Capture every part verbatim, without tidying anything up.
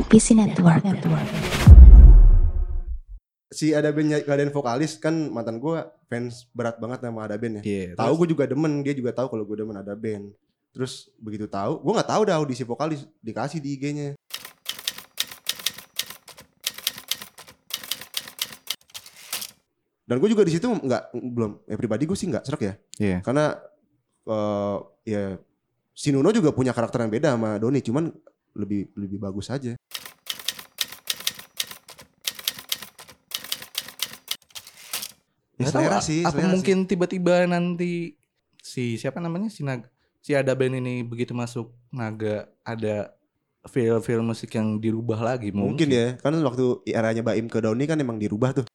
N P C Network. Si Adaben ngadain vokalis kan mantan gue fans berat banget sama Adaben ya. Yeah, tahu gue juga demen, dia juga tahu kalau gue demen Adaben. Terus begitu tahu, gue nggak tahu dah audisi vokalis dikasih di I G-nya. Dan gue juga di situ nggak belum, ya pribadi gue sih nggak serak ya. Yeah. Karena uh, ya si Nuno juga punya karakter yang beda sama Doni, cuman lebih lebih bagus aja. Ya selera sih, apa selera mungkin sih. tiba-tiba nanti si siapa namanya si Naga, si Adaben ini begitu masuk Naga ada feel-feel musik yang dirubah lagi mungkin, mungkin ya, kan waktu eranya Baim ke Doni kan emang dirubah tuh.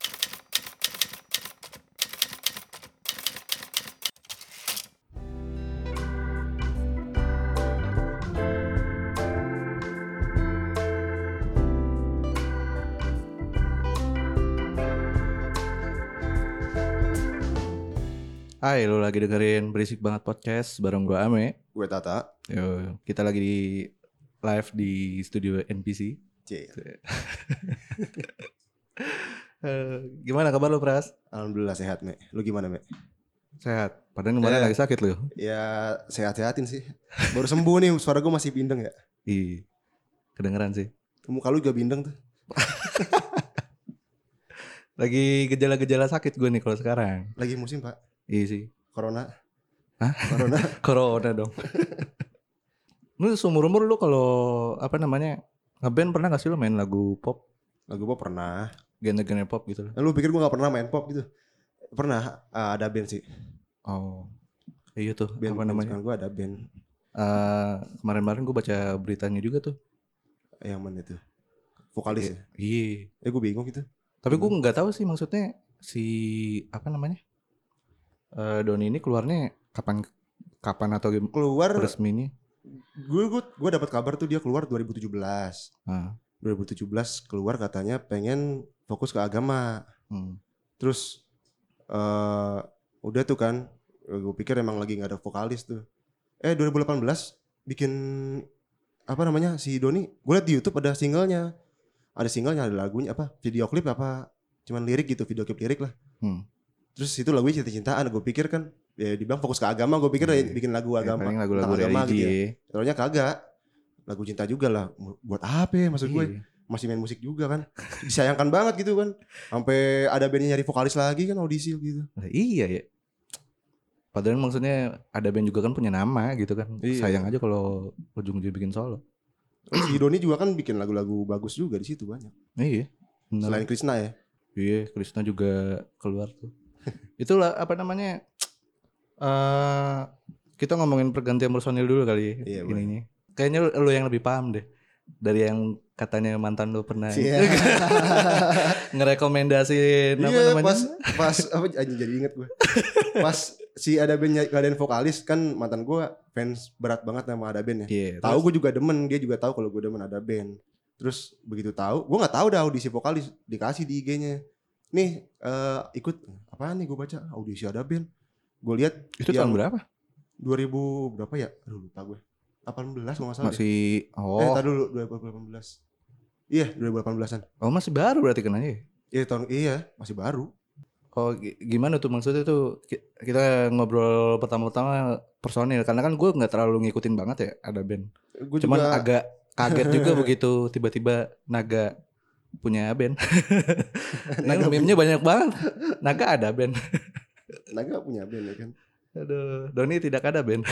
Hai, lo lagi dengerin Berisik Banget Podcast bareng gue Ame. Gue Tata. Yo, kita lagi di live di studio N P C. C. uh, gimana kabar lo, Pras? Alhamdulillah sehat, Me. Lu gimana, Me? Sehat. Padahal kemarin eh, lagi sakit lo. Ya sehat-sehatin sih. Baru sembuh nih, suara gue masih bindeng ya. Iya. Kedengeran sih. Muka lu juga bindeng tuh. Lagi gejala-gejala sakit gue nih kalau sekarang. Lagi musim, Pak. Iya sih. Corona. Hah? Corona. Corona dong. Lu seumur-umur lu kalau apa namanya ngeband pernah gak sih lu main lagu pop? Lagu pop pernah. Genre-genre pop gitu. Nah, lu pikir gue gak pernah main pop gitu? Pernah, uh, ada band sih. Oh, iya tuh. Band, apa namanya? gue ada band. Uh, kemarin-kemarin gue baca beritanya juga tuh. Yang mana itu? Vokalis I- ya? Iya. Eh gue bingung gitu. Tapi gue nggak tahu sih maksudnya si apa namanya uh, Doni ini keluarnya kapan kapan atau gimana? Keluar. Resminya? Gue gue gue dapat kabar tuh dia keluar dua ribu tujuh belas. Ah. dua ribu tujuh belas keluar katanya pengen fokus ke agama. Hmm. Terus uh, udah tuh kan, gue pikir emang lagi nggak ada vokalis tuh. Eh dua ribu delapan belas bikin apa namanya si Doni, gue liat di YouTube ada singlenya, ada singlenya, ada lagunya apa, video klip apa, cuman lirik gitu, video klip lirik lah. Hmm. Terus itu lagunya cinta-cintaan, gue pikir kan, ya dibilang fokus ke agama, gue pikir Hmm. bikin lagu agama, Ya, lagu-lagu agama religi. gitu ya. Ternyata kagak, lagu cinta juga lah, buat apa ya maksud gue? Iya. Masih main musik juga kan, disayangkan banget gitu kan, sampai ada bandnya nyari vokalis lagi kan, audisi gitu. Nah, iya ya. Padahal maksudnya ada band juga kan punya nama gitu kan. Iya. Sayang aja kalau ujung-ujung bikin solo. Si Doni juga kan bikin lagu-lagu bagus juga di situ banyak. Iya. Benar. Selain Krisna ya. Iya, Krisna juga keluar tuh. Itulah apa namanya? Uh, kita ngomongin pergantian personil dulu kali Iya, ininya. Kayaknya lu, lu yang lebih paham deh. Dari yang katanya mantan lu pernah Iya. ngerekomendasiin apa Iya, namanya? pas pas apa aja jadi inget gue. Pas si Adaben ngadain vokalis kan mantan gue fans berat banget sama Adaben ya. Iya, Tahu gue juga demen, dia juga tahu kalau gue demen Adaben. Terus begitu tahu, gue nggak tahu dah audisi vokalis dikasih di I G-nya. Nih uh, ikut apaan nih gue baca audisi Adaben. Gue lihat itu tahun berapa? dua ribu berapa ya? Aduh lupa gue. delapan belas kalau nggak salah. Masih deh. oh. Eh, tar dulu dua ribu delapan belas. Iya, dua ribu delapan belasan. Oh, masih baru berarti kenanya ya? Iya, tahun iya, masih baru. Oh, g- gimana tuh maksudnya tuh ki- kita ngobrol pertama-tama personil karena kan gue nggak terlalu ngikutin banget ya ada band. Gua Cuman juga agak kaget juga begitu tiba-tiba Naga punya band. Naga meme-nya banyak banget. Naga ada band. Naga punya band ya kan. Aduh, Doni tidak ada band.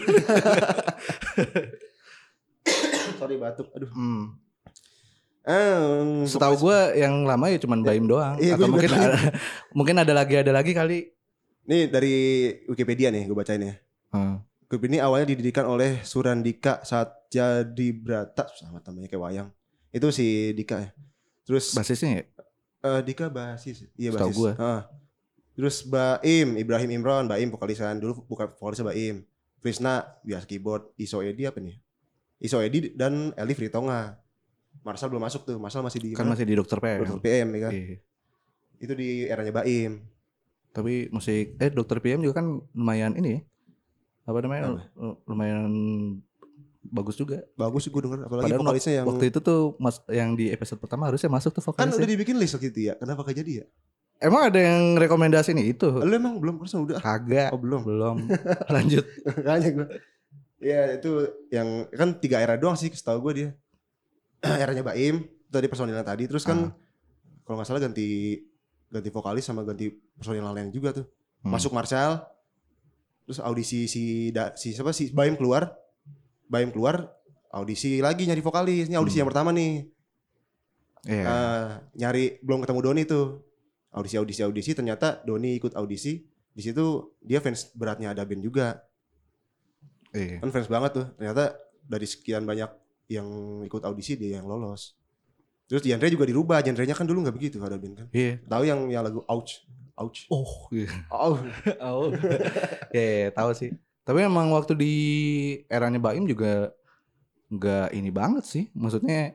Sorry batuk. Aduh. Hmm. Eh, Setahu gue yang lama ya cuman Baim doang. Iya, Atau gua juga mungkin tahu. ada, mungkin ada lagi ada lagi kali. Nih dari Wikipedia nih gue bacain ya. Hmm. Grup ini awalnya didirikan oleh Surandika Satjadibrata, sama namanya kayak wayang. Itu si Dika ya. Terus Basisnya ya? eh, Dika basis. Iya Setahu basis. gua. Heeh. Terus Baim, Ibrahim Imran, Baim vokalisan dulu, bukan vokalisnya Baim. Krisna biasa keyboard, Iso Edi apa nih? Iso Edi dan Elif Ritonga. Marshall belum masuk tuh, Marshall masih di Kan mana? masih di Dokter P M. Dokter P M ya kan. Iya. Itu di eranya Baim. Tapi musik eh Dokter P M juga kan lumayan ini ya. Apa namanya? Apa? Lumayan bagus juga. Bagus sih gue denger, apalagi Padahal vokalisnya yang waktu itu tuh mas, yang di episode pertama harusnya masuk tuh kan vokalisnya. udah dibikin list waktu itu ya. Kenapa gak jadi ya? Emang ada yang rekomendasi nih itu? Lu emang belum kursan udah? Kagak. Oh belum. Belum. Lanjut. Makanya gue. Ya itu yang kan tiga era doang sih setahu gue dia. Eranya Baim, tadi personilnya tadi, terus kan Ah. kalau nggak salah ganti ganti vokalis sama ganti personil lain juga tuh. Hmm. Masuk Marcel, terus audisi si da, si siapa si Baim keluar, Baim keluar, audisi lagi nyari vokalis. Ini audisi Hmm. yang pertama nih. Iya. Uh, nyari belum ketemu Doni tuh. Audisi audisi audisi ternyata Doni ikut audisi. Di situ dia fans beratnya ada band juga. Iya. Kan fans banget tuh. Ternyata dari sekian banyak yang ikut audisi dia yang lolos. Terus genre juga dirubah. Genrenya kan dulu nggak begitu ada band kan. Iya. Tahu yang yang lagu Ouch. Ouch. Oh. Iya. Oh. Oh. Ya, yeah, tahu sih. Tapi emang waktu di eranya Baim juga nggak ini banget sih. Maksudnya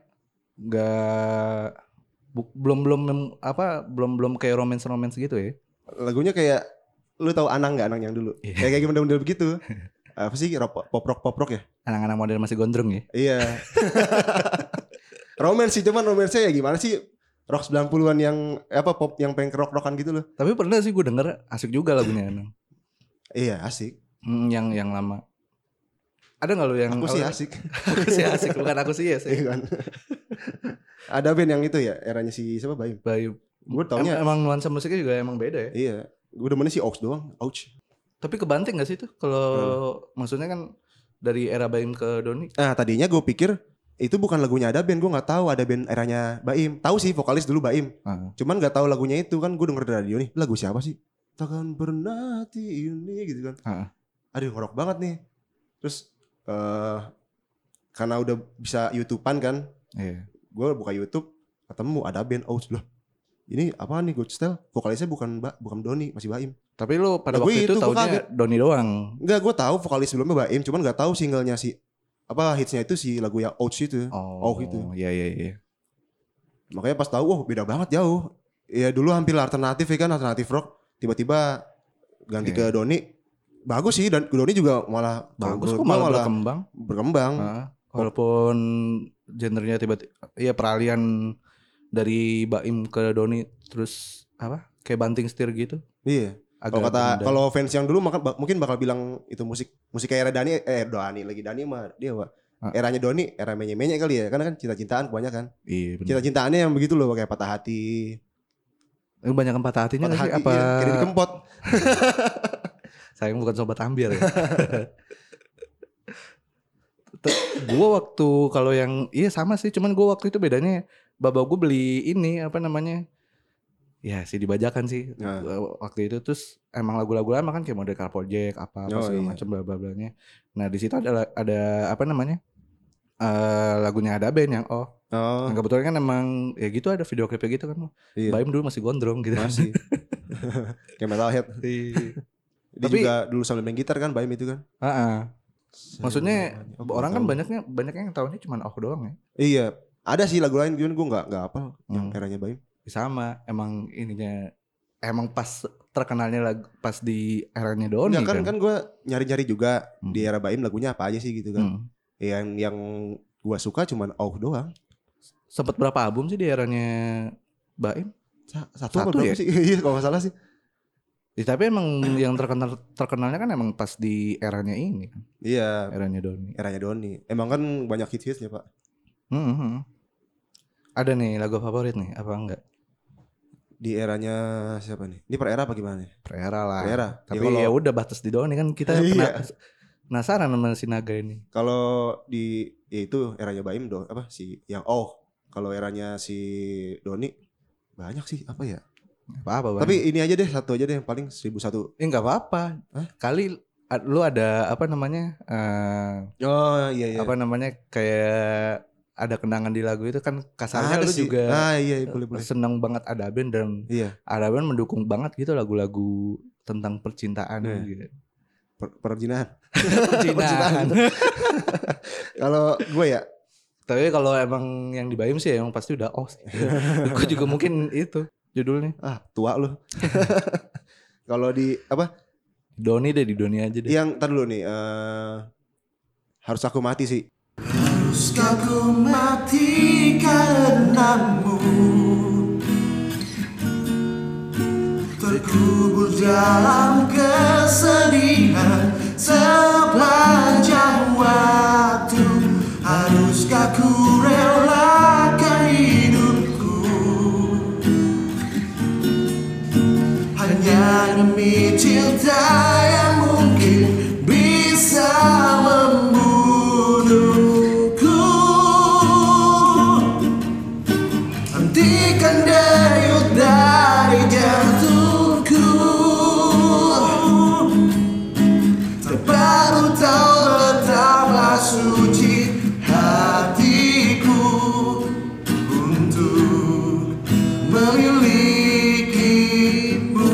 nggak bu- belum belum apa belum belum kayak romance romance gitu ya. Lagunya kayak lu tahu Anang nggak Anang yang dulu? Iya. Kayak kayak model-model begitu. Apa sih rock, pop rock pop rock ya? Anak-anak model masih gondrong ya. Iya. Romance sih, cuman romance-nya ya gimana sih? Rock sembilan puluhan yang apa pop yang pengen rock-rockan gitu loh. Tapi pernah sih gue denger asik juga lagunya Anang. Iya, asik. Hmm, yang yang lama. Ada nggak lo yang Aku sih apa- asik. Aku sih asik, bukan aku sih ya sih. Iya kan. Ada band yang itu ya, eranya si siapa Baim. Bayu. Gue Em- taunya emang nuansa musiknya juga emang beda ya. iya. Gue demennya si Ouch doang, Ouch. Tapi kebanting gak sih tuh kalau maksudnya kan dari era Baim ke Doni? Nah, tadinya gue pikir itu bukan lagunya ada band, gue nggak tahu ada band eranya Baim. Tahu sih vokalis dulu Baim. Ah. Cuman nggak tahu lagunya itu kan gue denger dari radio nih. Lagu siapa sih? Takkan pernah hati ini gitu kan. Ah. Aduh ngorok banget nih. Terus eh karena udah bisa YouTubean kan, Iya. gue buka YouTube ketemu ada band Ouch loh. Ini apa nih Good Style? Vokalisnya bukan Ba- bukan Doni, masih Baim. Tapi lu pada Lagu waktu itu itu gua taunya kaget. Doni doang. Enggak, gue tahu vokalis sebelumnya Baim, cuman nggak tahu singlenya si apa hitsnya itu si lagu yang Ouch itu. Oh, Oh, gitu. Iya iya iya. Makanya pas tahu, wah beda banget jauh. Ya dulu hampir alternatif ya kan, alternatif rock. Tiba-tiba ganti Iya. ke Doni. Bagus sih, dan Doni juga malah Bagus menurut kok gua malah berkembang. berkembang. Ah, walaupun genrenya tiba-tiba iya peralihan dari Baim ke Doni terus apa? Kayak banting setir gitu. Iya. Agak Kalau kata benda. kalau fans yang dulu maka, mungkin bakal bilang itu musik musik kayak era Dani eh Dani lagi Dani mah dia Wak. Ah. Eranya Doni, era menye-menye kali ya. Karena kan cinta-cintaan kebanyakan. Iya benar. Cinta-cintaannya yang begitu loh kayak patah hati. Lu banyak patah hatinya Patah nggak sih? hati Apa iya, kayak di kempot. sayang bukan sobat ambil ya? Te- gua waktu kalau yang iya sama sih, cuman gua waktu itu bedanya bapak gua beli ini apa namanya? Ya si dibajakan sih Nah. Gua waktu itu terus emang lagu-lagu lama kan kayak model Car Project apa apa Oh, segala iya. macam bla bla blanya. Nah di situ ada ada apa namanya? Eh lagunya ada band yang oh, Oh, nah, kebetulan kan emang ya gitu ada video klipnya gitu kan. iya. Baim dulu masih gondrong gitu. Masih. Kayak Metalhead. Iya. Dia Tapi- juga dulu sambil main gitar kan Baim itu kan. Heeh. Maksudnya Oh, orang kan tahu. banyaknya banyaknya yang tahunya cuma oh doang ya. Iya, ada sih lagu lain gue gue nggak nggak apa yang Hmm. eranya Baim. Sama emang ininya emang pas terkenalnya lagu pas di eranya Doni Enggak kan kan. kan gue nyari-nyari juga Hmm. di era Baim lagunya apa aja sih gitu kan. Hmm. Yang yang gue suka cuman Oh doang. Sempet berapa album sih di eranya Baim? Sa- Satu, apa Satu berapa ya? sih? Iya kalau nggak salah sih. Ya, tapi emang yang terkenal terkenalnya kan emang pas di eranya ini kan, Iya, eranya Doni. eranya Doni. Emang kan banyak hits-hitsnya pak. Hmm, hmm. Ada nih lagu favorit nih apa enggak? Di eranya siapa nih? Ini per era apa gimana nih? Per era lah. Per era. Tapi Ya, kalau- ya udah batas di Doni kan kita Iya. pena- penasaran sama si Naga ini. Kalau di ya itu eranya Baim do apa sih yang Oh. Kalau eranya si Doni banyak sih apa ya? Apa apa? Tapi ini aja deh satu aja deh yang paling seribu satu. Eh enggak apa-apa. Hah? Kali a- lu ada apa namanya? eh Oh iya iya. apa namanya? Kayak ada kenangan di lagu itu kan kasarnya Ada lu sih. juga Ah iya boleh boleh. seneng banget ada band dan Iya. ada band mendukung banget gitu lagu-lagu tentang percintaan Iya. gitu. Per perjinahan. Percintaan. Kalau gue ya Tapi kalau emang yang di Bayum sih emang pasti udah oh. Gue juga mungkin itu judulnya. ah tua lu. Kalau di apa? Doni deh di Doni aja deh. Yang tar dulu nih eh harus aku mati sih. Haruskah ku mati karenamu, terkubur dalam kesedihan sepanjang waktu. Haruskah ku relakan hidupku hanya demi cinta yang mungkin bisa membunuhku. Hentikan denyut dari jantungku, terbaru tahu betapa suci hatiku untuk memilikimu.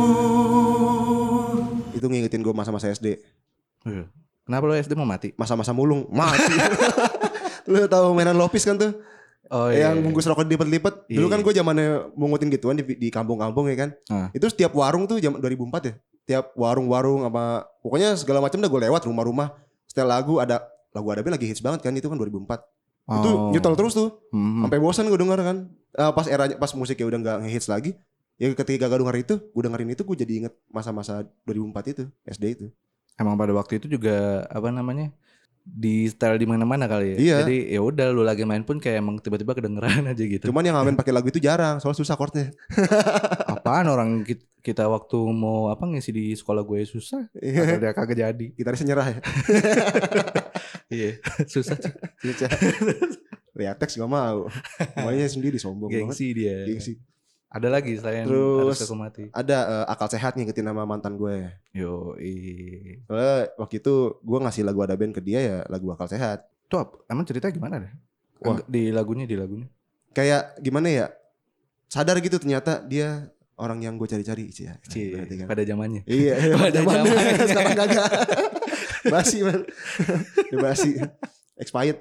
Itu ngingetin gue masa-masa S D. Kenapa lo S D mau mati? Masa-masa mulung mati. Lu tahu mainan lopis kan tuh? Oh iya. Yang bungkus rokok dilipet-lipet. Iya, Dulu kan iya. gue zamannya mungutin gituan di, di kampung-kampung ya kan. Ah. Itu setiap warung tuh zaman dua ribu empat ya. Tiap warung-warung apa pokoknya segala macam dah gue lewat rumah-rumah. Setel lagu ada lagu ada lagi hits banget kan, itu kan dua ribu empat. Itu Oh. nyutel terus tuh. Hmm. Sampai bosan gue denger kan. Eh, pas eranya pas musiknya udah enggak ngehits lagi. Ya ketika gue denger itu, gue dengerin itu gue jadi inget masa-masa dua ribu empat itu, S D itu. Emang pada waktu itu juga apa namanya? Di style di mana-mana kali ya. Iya. Jadi ya udah lu lagi main pun kayak emang tiba-tiba kedengeran aja gitu. Cuman yang ngamen pakai lagu itu jarang, soalnya susah chordnya. Apaan orang kit- kita waktu mau apa ngisi di sekolah gue susah. Atau dia kagak jadi. Gitarisnya nyerah ya. Iya, susah sih. Susah. Reatex gak mau. Maunya sendiri sombong banget. Gengsi dia. Gengsi. Ada lagi selain Terus harus aku mati. ada eh, akal sehat ngingetin nama mantan gue. Yo, i. Soalnya waktu itu gue ngasih lagu ada band ke dia ya lagu akal sehat. Tuh, ap- emang cerita gimana deh? Wah. Enggak, di lagunya di lagunya. Kayak gimana ya? Sadar gitu ternyata dia orang yang gue cari-cari sih ya. Cie, Berarti kan. pada zamannya. Iya, Pada zamannya. zamannya. Sekarang kagak. Basi man. Udah basi. Expired.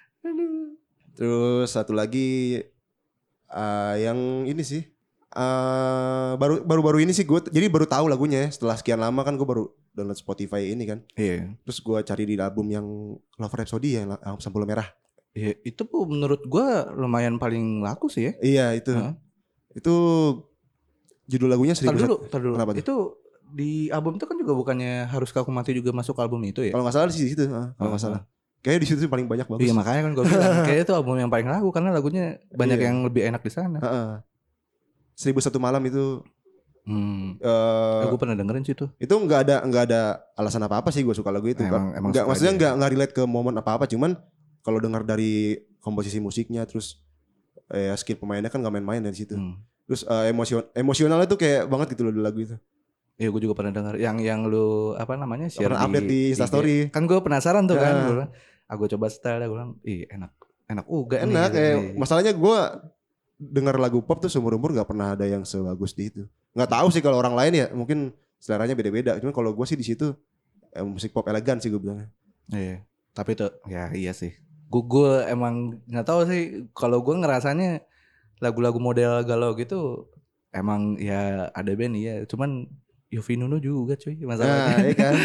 Terus satu lagi eh, yang ini sih. eh, baru baru-baru ini sih gue jadi baru tahu lagunya ya. Setelah sekian lama kan gue baru download Spotify ini kan. Iya. Terus gue cari di album yang Love Rhapsody yang yang Sampul Merah. Iya, itu pun menurut gua lumayan paling laku sih ya. Iya itu. Hah? Itu judul lagunya Tar seribu dulu, satu- tar dulu. Kenapa tuh? Itu di album itu kan juga bukannya Haruskah Aku Mati juga masuk album itu ya? Kalau nggak salah di situ, ah, kalau nggak Ah, salah. Kayaknya di situ paling banyak bagus. Iya makanya kan gue bilang kayaknya itu album yang paling laku karena lagunya banyak Iya. yang lebih enak di sana. Heeh. Seribu satu malam itu Hmm. eh Eh, gue pernah dengerin sih itu. itu nggak ada nggak ada alasan apa apa sih gue suka lagu itu. Emang- emang Nggak, suka maksudnya aja. nggak nggak relate ke momen apa apa. Cuman kalau dengar dari komposisi musiknya terus eh, skill pemainnya kan nggak main-main dari situ. Hmm. Terus eh, emosion emosionalnya tuh kayak banget gitu loh di lagu itu. Iya gue juga pernah denger yang yang lu apa namanya share Pernah update di Instastory. I G. Kan gue penasaran tuh kan. Ya. Gue bilang, ah gue coba setel dah gue bilang, ih enak enak uga nih. Enak gitu. eh Iya. masalahnya gue dengar lagu pop tuh seumur umur nggak pernah ada yang sebagus di itu. Nggak tahu sih kalau orang lain ya mungkin seleranya beda-beda. Cuman kalau gue sih di situ eh, musik pop elegan sih gue bilangnya. Iya. Tapi tuh ya iya sih. Gue gue emang nggak tahu sih kalau gue ngerasanya lagu-lagu model galau gitu emang ya ada band iya. Cuman Yovie Nuno juga cuy Nah, masalahnya. iya kan.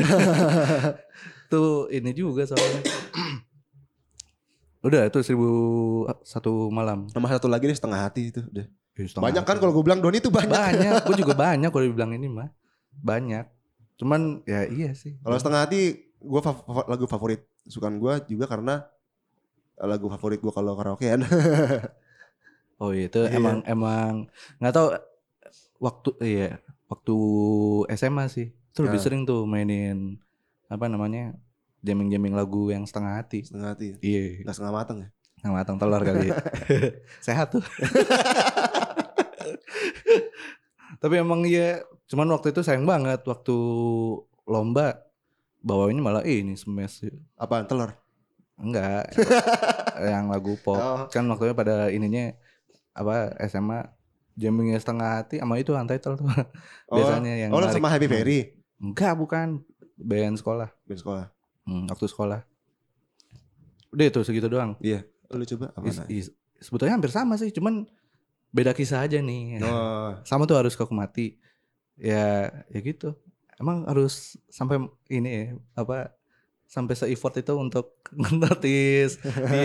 Tuh ini juga soalnya. Udah itu seribu satu malam. Sama satu lagi nih setengah hati itu udah. Ih, setengah Banyak kan hati. kalau gue bilang Doni itu banyak. Banyak. Gue juga banyak kalau dibilang ini mah. Banyak. Cuman ya iya sih. Kalau setengah hati gue fav- fav- lagu favorit sukaan gue juga karena lagu favorit gue kalau karaokean. Oh iya itu Iya. emang emang nggak tahu waktu iya waktu S M A sih. Itu lebih Ya. sering tuh mainin apa namanya jamming-jamming lagu yang setengah hati. Setengah hati. Iya. Gak setengah matang ya. Yang matang telur kali ya. Sehat tuh. Tapi emang iya, cuman waktu itu sayang banget waktu lomba bawainnya malah eh, ini smash. Apaan telur? Enggak. Yang lagu pop. Oh. Kan waktunya pada ininya apa S M A jammingnya setengah hati sama itu Untitled tuh. Biasanya yang Oh, lo narik. sama Happy Ferry Enggak, bukan. Band sekolah. di sekolah. Hmm, waktu sekolah. Udah itu segitu doang. Iya. Lo coba apa? Is- is- sebetulnya hampir sama sih, cuman beda kisah aja nih. Oh, Sama tuh harus aku mati. Ya, ya gitu. Emang harus sampai ini ya, apa sampai se-effort itu untuk notice di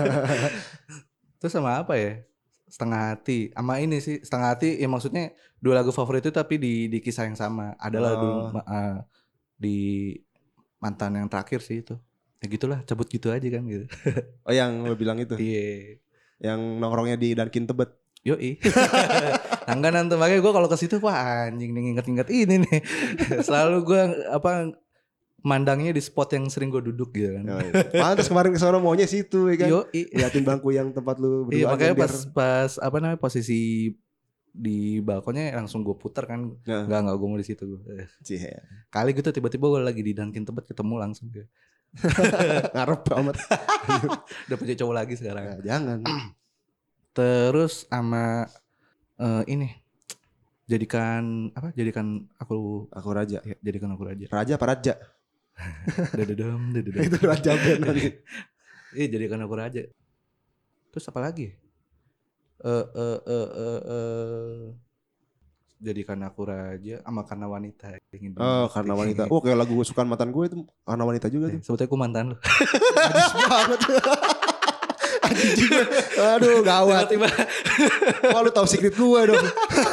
terus sama apa ya? Setengah Hati. Sama ini sih, Setengah Hati ya maksudnya dua lagu favorit itu tapi di di kisah yang sama. Adalah dulu Oh. uh, di mantan yang terakhir sih itu. Ya gitulah, cabut gitu aja kan gitu. Oh yang lo bilang itu. Iya. Yang nongkrongnya di Dunkin Tebet. Yoi. Langganan tuh makanya gue kalau ke situ wah anjing nih inget-inget ini nih. Selalu gue apa mandangnya di spot yang sering gue duduk gitu kan. Oh, iya. Pantes kemarin ke sono maunya situ ya kan. Yoi. Liatin bangku yang tempat lu berdua. Iya makanya biar... pas pas apa namanya posisi di balkonnya langsung gue putar kan. Nah. Enggak enggak gue mau di situ gue. Cie. Kali gitu tiba-tiba gue lagi di Dunkin Tebet ketemu langsung gue. Ngarep amat. Udah punya cowok lagi sekarang. Nah, jangan. Terus sama uh, ini jadikan apa? Jadikan aku Aku raja. ya, jadikan aku raja. Raja apa raja? Dadadam, dadadam. Itu raja band nanti. Iya jadikan aku raja. Terus apa lagi? Eh eh eh eh eh jadikan aku raja sama karena wanita. Ingin Oh karena wanita. Oh kayak lagu kesukaan mantan gue itu karena wanita juga tuh. Sebetulnya aku mantan lu. Najis banget. Anjing gue. Aduh gawat. Tiba-tiba. Wah lu tahu secret gue dong.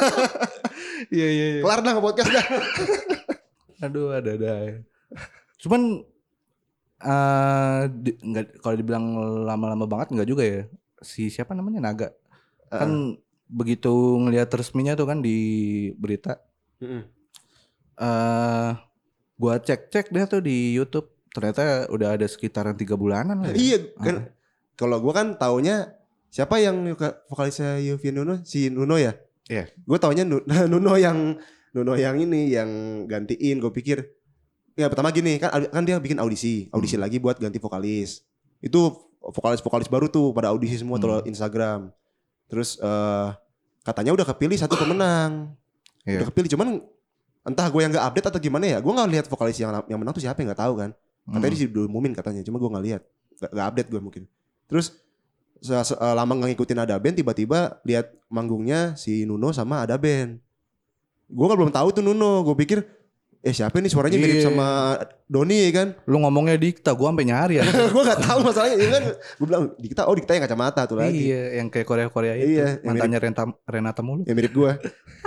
Iya iya iya. Kelar dah podcast dah. Aduh ada-ada. Cuman uh, di, enggak kalau dibilang lama-lama banget enggak juga ya. Si siapa namanya Naga. Uh. Kan begitu ngelihat resminya tuh kan di berita. Mm-hmm. Uh, gua cek-cek deh tuh di YouTube. Ternyata udah ada sekitaran tiga bulanan lah ya. Iya kan. Uh. Kalau gua kan taunya siapa yang vokalisnya Yovie Nuno? Si Nuno ya? Iya. Yeah. Gua taunya Nuno yang Nuno yang ini yang gantiin. Gue pikir ya pertama gini kan kan dia bikin audisi, audisi hmm. lagi buat ganti vokalis. Itu vokalis-vokalis baru tuh pada audisi semua hmm. terus Instagram. Terus uh, katanya udah kepilih satu pemenang. Yeah. Udah kepilih cuman entah gue yang gak update atau gimana ya. Gue gak lihat vokalis yang yang menang tuh siapa yang gak tahu kan. Katanya hmm. diumumin katanya, cuma gue gak lihat. Gak, gak update gue mungkin. Terus uh, lama gak ngikutin Ada Band, tiba-tiba lihat manggungnya si Nuno sama Ada Band. Gue kan belum tahu tuh Nuno. Gue pikir eh siapa nih suaranya mirip Iye. sama Doni kan. Lu ngomongnya Dikta, gue sampai nyari ya. Gue gak tahu masalahnya ya kan. Gue bilang Dikta, oh Dikta yang kacamata tuh lagi. Iya, yang kayak Korea-Korea itu. Iya, mantannya Renata, Renata Mulu. Yang mirip gue.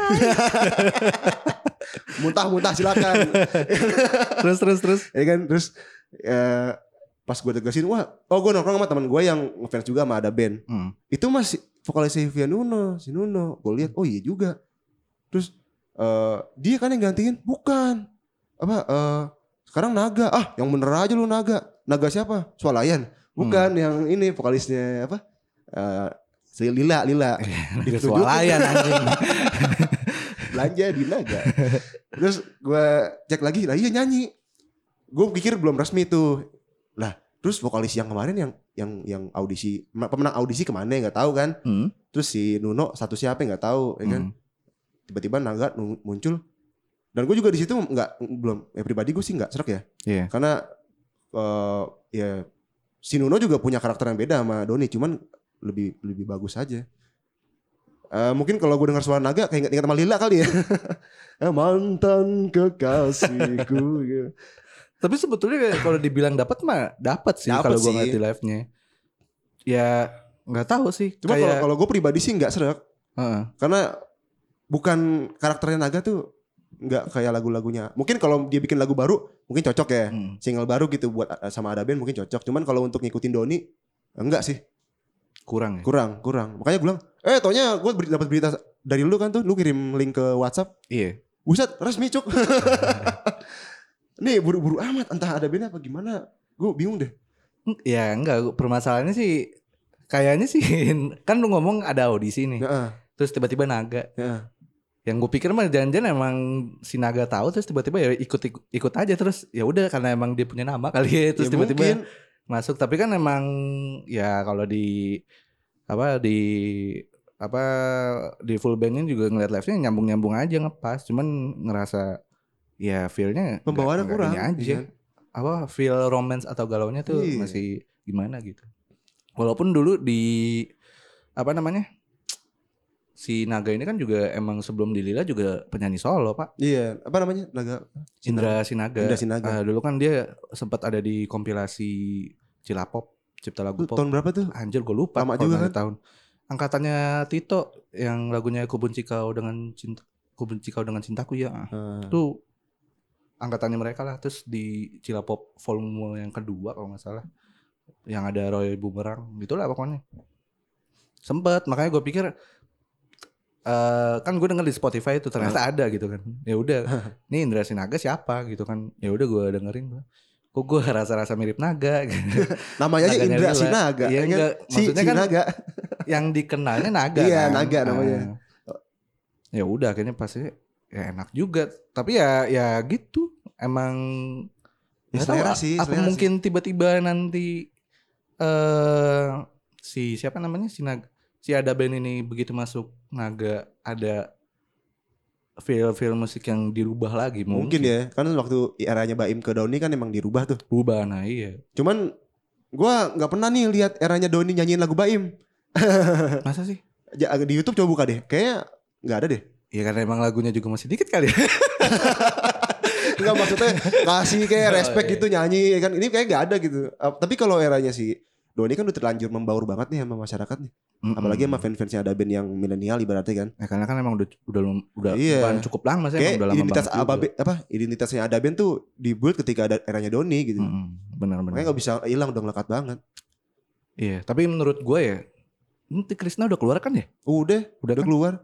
Muntah-muntah silakan. Terus terus terus. Ya kan, terus uh, pas gue tegasin, wah, oh gue nongkrong sama teman gue yang ngefans juga sama Ada Band. Hmm. Itu masih vokalisnya Yovie Nuno, si Nuno. Gue lihat, oh iya juga. Terus Uh, dia kan yang gantiin, bukan apa uh, sekarang Naga. Ah yang bener aja lu Naga. Naga siapa? Swalayan. Bukan hmm. yang ini vokalisnya apa uh, si Lila Lila Swalayan anjing. Belanja di Naga. Terus gue cek lagi, lah iya nyanyi. Gue pikir belum resmi tuh. Lah terus vokalis yang kemarin yang yang yang audisi pemenang audisi kemana nggak tahu kan. Hmm. Terus si Nuno satu siapa nggak tahu ya kan. Hmm. Tiba-tiba Naga muncul dan gue juga di situ nggak belum ya pribadi gue sih nggak serak ya yeah. Karena uh, ya si Nuno juga punya karakter yang beda sama Doni cuman lebih lebih bagus aja. Uh, mungkin kalau gue dengar suara Naga kayak ingat-ingat sama Lila kali ya. Mantan kekasihku gitu. Tapi sebetulnya kalau dibilang dapat mah dapat sih kalau gue ngeliat di live-nya. Ya nggak tahu sih. Cuma kayak... kalau gue pribadi sih nggak serak uh-uh. Karena bukan karakternya Naga tuh nggak kayak lagu-lagunya. Mungkin kalau dia bikin lagu baru mungkin cocok ya. Hmm. Single baru gitu buat sama Ada Band mungkin cocok. Cuman kalau untuk ngikutin Doni enggak sih. Kurang ya? Kurang, kurang. Makanya gue bilang, eh taunya gue ber- dapat berita dari lu kan tuh, lu kirim link ke WhatsApp. Iya. Buset, resmi cuk. Nih buru-buru amat entah Ada Band apa gimana. Gue bingung deh. Ya enggak, permasalahannya sih kayaknya sih kan lu ngomong ada audisi nih. Ya. Terus tiba-tiba Naga. Ya. Yang gue pikir mah jangan-jangan emang si Naga tahu terus tiba-tiba ya ikut ikut, ikut aja terus ya udah karena emang dia punya nama kali ya terus ya tiba-tiba mungkin masuk. Tapi kan emang ya kalau di apa di apa di full bandnya juga ngeliat live-nya nyambung-nyambung aja ngepas. Cuman ngerasa ya feel-nya pembawaannya kurang aja. Iya. Apa feel romance atau galaunya tuh iya. Masih gimana gitu. Walaupun dulu di apa namanya si Naga ini kan juga emang sebelum di Lila juga penyanyi solo Pak. Iya, apa namanya? Naga Indra Sinaga. Indra Sinaga. Eh, dulu kan dia sempat ada di kompilasi Cilapop cipta lagu Itu pop. tahun berapa tuh? Anjir gue lupa. Lama kalau juga nggak kan? tahun. Angkatannya Tito yang lagunya Ku Benci Kau dengan cinta Ku Benci Kau dengan Cintaku ya. Ah. Itu angkatannya mereka lah. Terus di Cilapop volume yang kedua kalau nggak salah, yang ada Roy Bumerang, gitulah pokoknya. Sempet, makanya gue pikir uh, kan gue denger di Spotify itu ternyata ada gitu kan. Ya udah, ini Indra Sinaga siapa gitu kan. Ya udah gue dengerin. Kok gue rasa-rasa mirip naga gitu. Namanya aja Naganya Indra Lila. Sinaga. Iya ya kan? enggak, Si, maksudnya si kan Naga. yang dikenalnya naga Iya, kan. Naga namanya. Ah. Ya udah akhirnya pasti ya enak juga. Tapi ya ya gitu. Emang Ya, nggak tahu, selera a- sih, apa selera mungkin tiba-tiba nanti eh si siapa namanya si Naga, si Ada band ini begitu masuk naga ada feel-feel musik yang dirubah lagi Mungkin ya, kan waktu eranya Baim ke Doni kan emang dirubah tuh. Rubah, nah iya. Cuman gua nggak pernah nih lihat eranya Doni nyanyiin lagu Baim. Masa sih? Ja- Di YouTube coba buka deh, kayaknya nggak ada deh. Ya karena emang lagunya juga masih dikit kali ya. Nggak, maksudnya kasih kayak Oh, respect iya. gitu nyanyi ya kan, ini kayak nggak ada gitu. Uh, tapi kalau eranya si Doni kan udah terlanjur membaur banget nih sama masyarakat nih. Mm-mm. Apalagi sama fans-fansnya ada band yang milenial ibaratnya kan. Ya, karena kan emang udah udah udah Iya. bukan cukup lama sih, Kayak emang udah lama identitas banget apa, juga. apa identitasnya ada band tuh dibuat ketika ada eranya Doni gitu. Mm-mm. Benar-benar. Makanya nggak bisa hilang, udah ngelekat banget. Iya, tapi menurut gue ya, nanti Krisna udah keluar kan ya? Udah, Udah udah kan? keluar.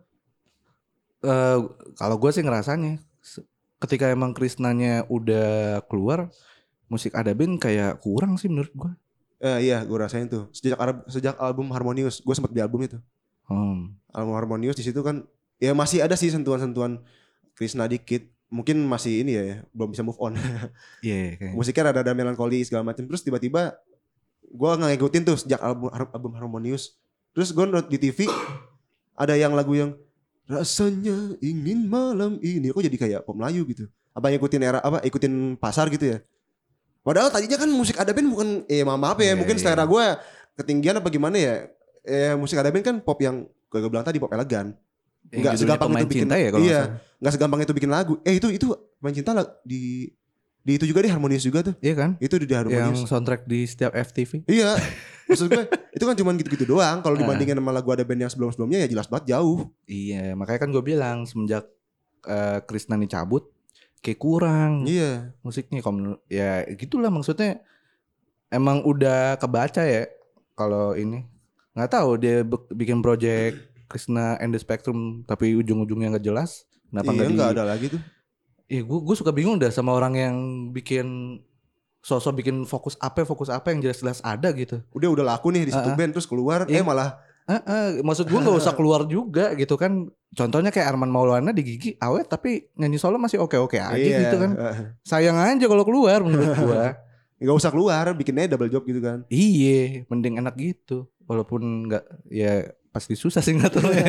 Eh, kalau gue sih ngerasanya se- ketika emang Krisnanya udah keluar, musik Ada band kayak kurang sih menurut gue. Eh, iya, gue rasain tuh. Sejak Arab- sejak album Harmonious, gue sempat beli album itu. Hmm. Album Harmonious di situ kan, ya masih ada sih sentuhan-sentuhan Krisna dikit. Mungkin masih ini ya, belum bisa move on. Iya, kayak. Musiknya rada-rada melankoli segala macam. Terus tiba-tiba gue nggak ngikutin tuh sejak album album Harmonious. Terus gue nonton di T V ada yang lagu yang rasanya ingin malam ini. Kok jadi kayak pop Melayu gitu? Apa ngikutin era apa? Ikutin pasar gitu ya? Padahal tadinya kan musik Ada band bukan, eh maaf ya, Iya, mungkin iya. selera gue ketinggian apa gimana ya? Eh musik Ada band kan pop yang gue bilang tadi pop elegan. Yang Nggak judulnya segampang Pemain itu bikin, Cinta ya kalau iya, nggak salah. nggak segampang itu bikin lagu. Eh itu itu Pemain Cinta lah di di itu juga deh Harmonious juga tuh. Iya kan? Itu di Yang Harmonious. soundtrack di setiap F T V. Iya, maksud gue itu kan cuman gitu-gitu doang. Kalau Ah. dibandingin sama lagu Ada band yang sebelum-sebelumnya ya jelas banget jauh. Iya, makanya kan gue bilang semenjak uh, Krisna nih cabut, kayak kurang Iya, musiknya. Kalau menurut- ya gitulah maksudnya. Emang udah kebaca ya kalau ini. Nggak tahu dia be- bikin project Krishna and the Spectrum tapi ujung-ujungnya nggak jelas. Kenapa iya nggak di? nggak ada lagi tuh. Iya, gue gue suka bingung dah sama orang yang bikin sosok bikin fokus apa fokus apa yang jelas-jelas ada gitu. Udah udah laku nih di satu Ah, ah. band terus keluar, Iya. eh malah Eh, eh, maksud gue nggak usah keluar juga gitu kan. Contohnya kayak Arman Maulana di Gigi awet tapi nyanyi solo masih oke-oke aja iya, gitu kan. eh, Sayang aja kalau keluar menurut gue. nggak usah keluar, bikinnya double job gitu kan. Iya, mending enak gitu. Walaupun nggak, ya pasti susah sih nggak tahu ya.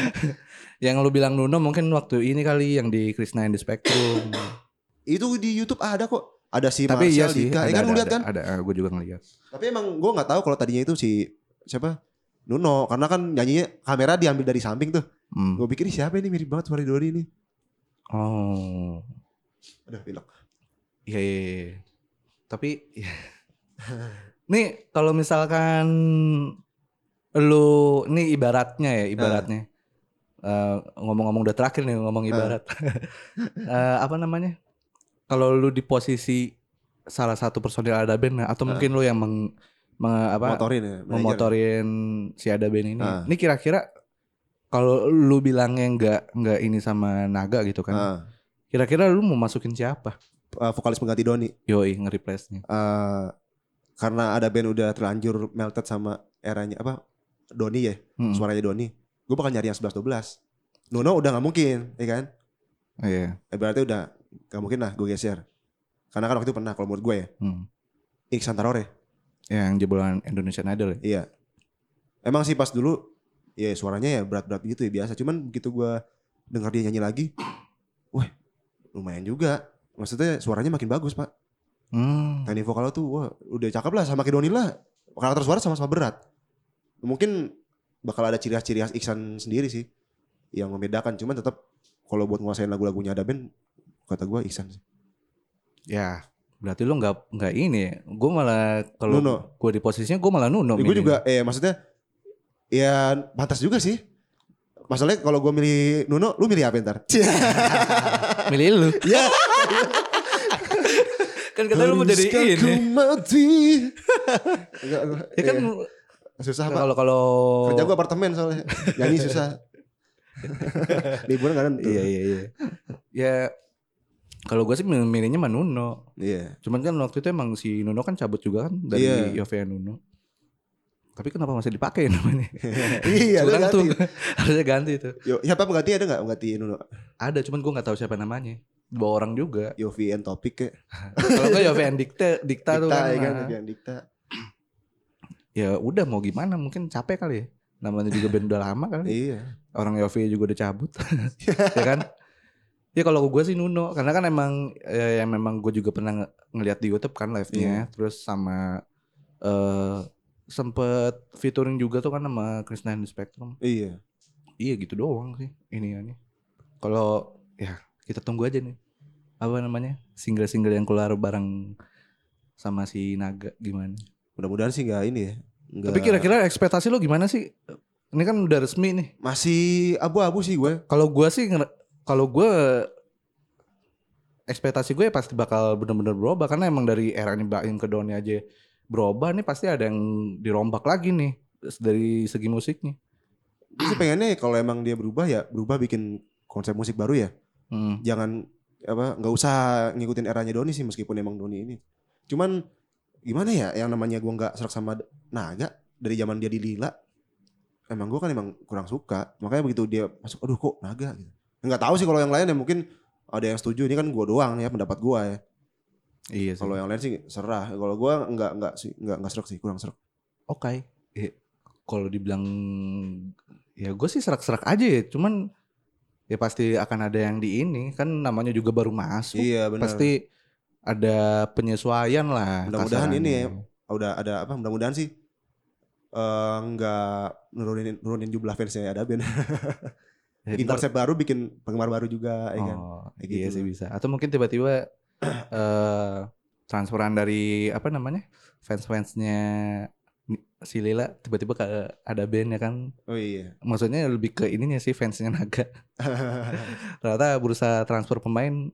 Yang lu bilang Nuno mungkin waktu ini kali yang di Krishna and the Spectrum. Itu di YouTube ada kok. Ada si Tapi iya Marcel sih, Dika, ada, ya kan ada, lu lihat ada, kan? ada, gue juga ngeliat. Tapi emang gue nggak tahu kalau tadinya itu si siapa Nuno, karena kan nyanyinya kamera diambil dari samping tuh. Hmm. Gue pikir ini siapa ini, mirip banget suara Doni ini. Oh, Aduh, pilek. iya, iya, iya. Tapi, nih kalau misalkan lu, nih ibaratnya ya, ibaratnya. Eh, ngomong-ngomong udah terakhir nih ngomong ibarat. Eh, apa namanya? Kalau lu di posisi salah satu personil Ada band atau mungkin lu yang meng, meng- apa Motorin ya, manajer. memotorin si Ada band ini. Ah. Ini kira-kira kalau lu bilangnya nggak nggak ini sama Naga gitu kan. Ah, Kira-kira lu mau masukin siapa? uh, vokalis pengganti Doni. Yoi, nge-replace-nya. Uh, karena Ada band udah terlanjur melted sama eranya apa Doni ya, Hmm. suaranya Doni. Gue bakal nyari yang sebelas dua belas. Nuno udah nggak mungkin, ya kan? Iya. Eh, berarti udah nggak mungkin lah gue geser. Karena kan waktu itu pernah kalau menurut gue ya, Hmm. Iksan Tarore. Yang jebolan Indonesian Idol ya. Iya. Emang sih pas dulu ya suaranya ya berat-berat gitu ya biasa. Cuman begitu gue dengar dia nyanyi lagi, wah lumayan juga. Maksudnya suaranya makin bagus pak. Hmm. Teknik vokalnya tuh wah udah cakep lah sama kayak Doni lah. Karakter suara sama-sama berat. Mungkin bakal ada ciri khas-ciri khas Iksan sendiri sih. yang membedakan. Cuman tetap kalau buat nguasain lagu-lagunya ada band, kata gue Ihsan sih. Ya, berarti lu nggak nggak ini ya. Gue malah kalau Nuno. gue di posisinya gue malah Nuno. Gue juga eh maksudnya ya pantas juga sih. Masalahnya kalau gue milih Nuno, lu milih apa ntar? Milih lu. Ya. Kan kata lu mau jadi Haruskah ini. ku mati? Enggak, enggak. Ya kan Iya. Susah Pak. kalau kalau Kerja gue apartemen soalnya. Nyanyi susah. Liburan gak nentu. iya iya iya. Ya kalau gue sih milihnya mah Nuno. Iya. Cuman kan waktu itu emang si Nuno kan cabut juga kan dari Iya. Yovie Nuno. Tapi kenapa masih dipakai namanya? Iya, Curang ganti. tuh. Harusnya ganti itu. Yo, siapa pengganti ada nggak pengganti Nuno? Ada, cuman gue nggak tahu siapa namanya. Dua orang juga. Yofi and Topik kayak. Kalau nggak Yovie Dikta, Dikta tuh Dikta kan. ya kan, Nah. yang Dikta. Ya udah mau gimana? Mungkin capek kali ya. Namanya juga band udah lama kali. Iya. Orang Yovie juga udah cabut. Ya kan? Ya kalau gue sih Nuno, karena kan emang ya, yang memang gue juga pernah ng- ngeliat di YouTube kan live-nya, Iya. terus sama eh sempet featuring juga tuh kan sama Krishna and the Spectrum. Iya. Iya gitu doang sih iniannya. Kalau ya kita tunggu aja nih apa namanya single-single yang keluar bareng sama si Naga gimana. Mudah-mudahan sih nggak ini ya. Nggak. Tapi kira-kira ekspektasi lo gimana sih? Ini kan udah resmi nih. Masih abu-abu sih gue. Kalau gue sih nger- kalau gue ekspektasi gue pasti bakal bener-bener berubah karena emang dari eranya Baim ke Doni aja berubah nih pasti ada yang dirombak lagi nih dari segi musiknya. Gue sih pengennya kalau emang dia berubah ya berubah bikin konsep musik baru ya. Hmm. Jangan apa nggak usah ngikutin eranya Doni sih meskipun emang Doni ini. Cuman gimana ya yang namanya gue nggak serak sama Naga dari zaman dia di Lila. Emang gue kan emang kurang suka. Makanya begitu dia masuk aduh kok Naga gitu. Nggak tahu sih kalau yang lain ya mungkin ada yang setuju. Ini kan gue doang ya pendapat gue ya. Iya sih. Kalau yang lain sih serah. Kalau gue nggak nggak sih nggak nggak serak sih kurang serak. Oke. Eh, kalau dibilang ya gue sih serak-serak aja ya. Cuman ya pasti akan ada yang di ini kan namanya juga baru masuk. Iya benar. Pasti ada penyesuaian lah. Mudah-mudahan ini ya kasarannya. udah ada apa? Mudah-mudahan sih eh, nggak nurunin nurunin jumlah fansnya ada band. Ya, Bikin ntar- konsep baru, bikin penggemar baru juga, ya kan? Oh, Kayak iya gitu sih lah. bisa. Atau mungkin tiba-tiba eh transferan dari apa namanya fans-fansnya si Lila tiba-tiba ke ada band ya kan. Oh iya. Maksudnya lebih ke ininya sih fansnya Naga. Ternyata berusaha transfer pemain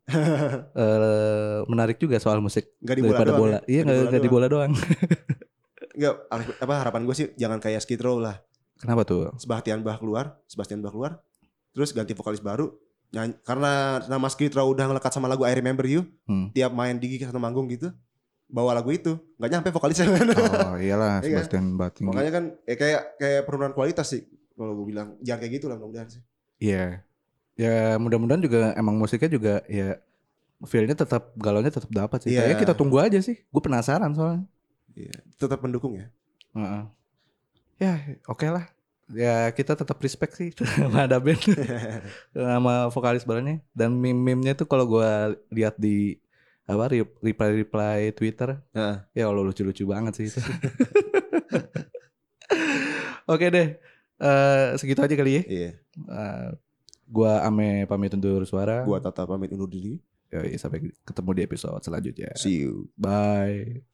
eh menarik juga soal musik Gak di bola daripada doang. bola. Ya? Iya Nggak nggak nggak di bola doang. Nggak, apa harapan gue sih jangan kayak Skid Row lah. Kenapa tuh? Sebastian Bach keluar, Sebastian Bach keluar, terus ganti vokalis baru. Nyanyi, karena nama Skid Row udah ngelekat sama lagu I Remember You, Hmm. tiap main di satu manggung gitu, bawa lagu itu, nggak nyampe vokalisnya. Oh iyalah Iya. Sebastian Bach tinggi. Makanya kan eh, kayak kayak penurunan kualitas sih kalau gue bilang. Jangan kayak gitu lah mudah-mudahan sih. Iya. Ya mudah-mudahan juga emang musiknya juga ya feel-nya tetap galaunya tetap dapat sih. Iya. Kayaknya kita tunggu aja sih. Gue penasaran soalnya. Iya, tetap mendukung ya. Heeh. Ya oke lah. Ya kita tetap respect sih sama ada band sama vokalis barunya dan meme-meme-nya tuh kalau gue lihat di apa re- reply-reply Twitter Heeh. ya Allah lucu-lucu banget sih itu. Oke deh. Eh, segitu aja kali ya. Iya. Eh, gua Ame pamit undur suara. Gua Tata pamit undur diri. Yoi, sampai ketemu di episode selanjutnya. See you. Bye.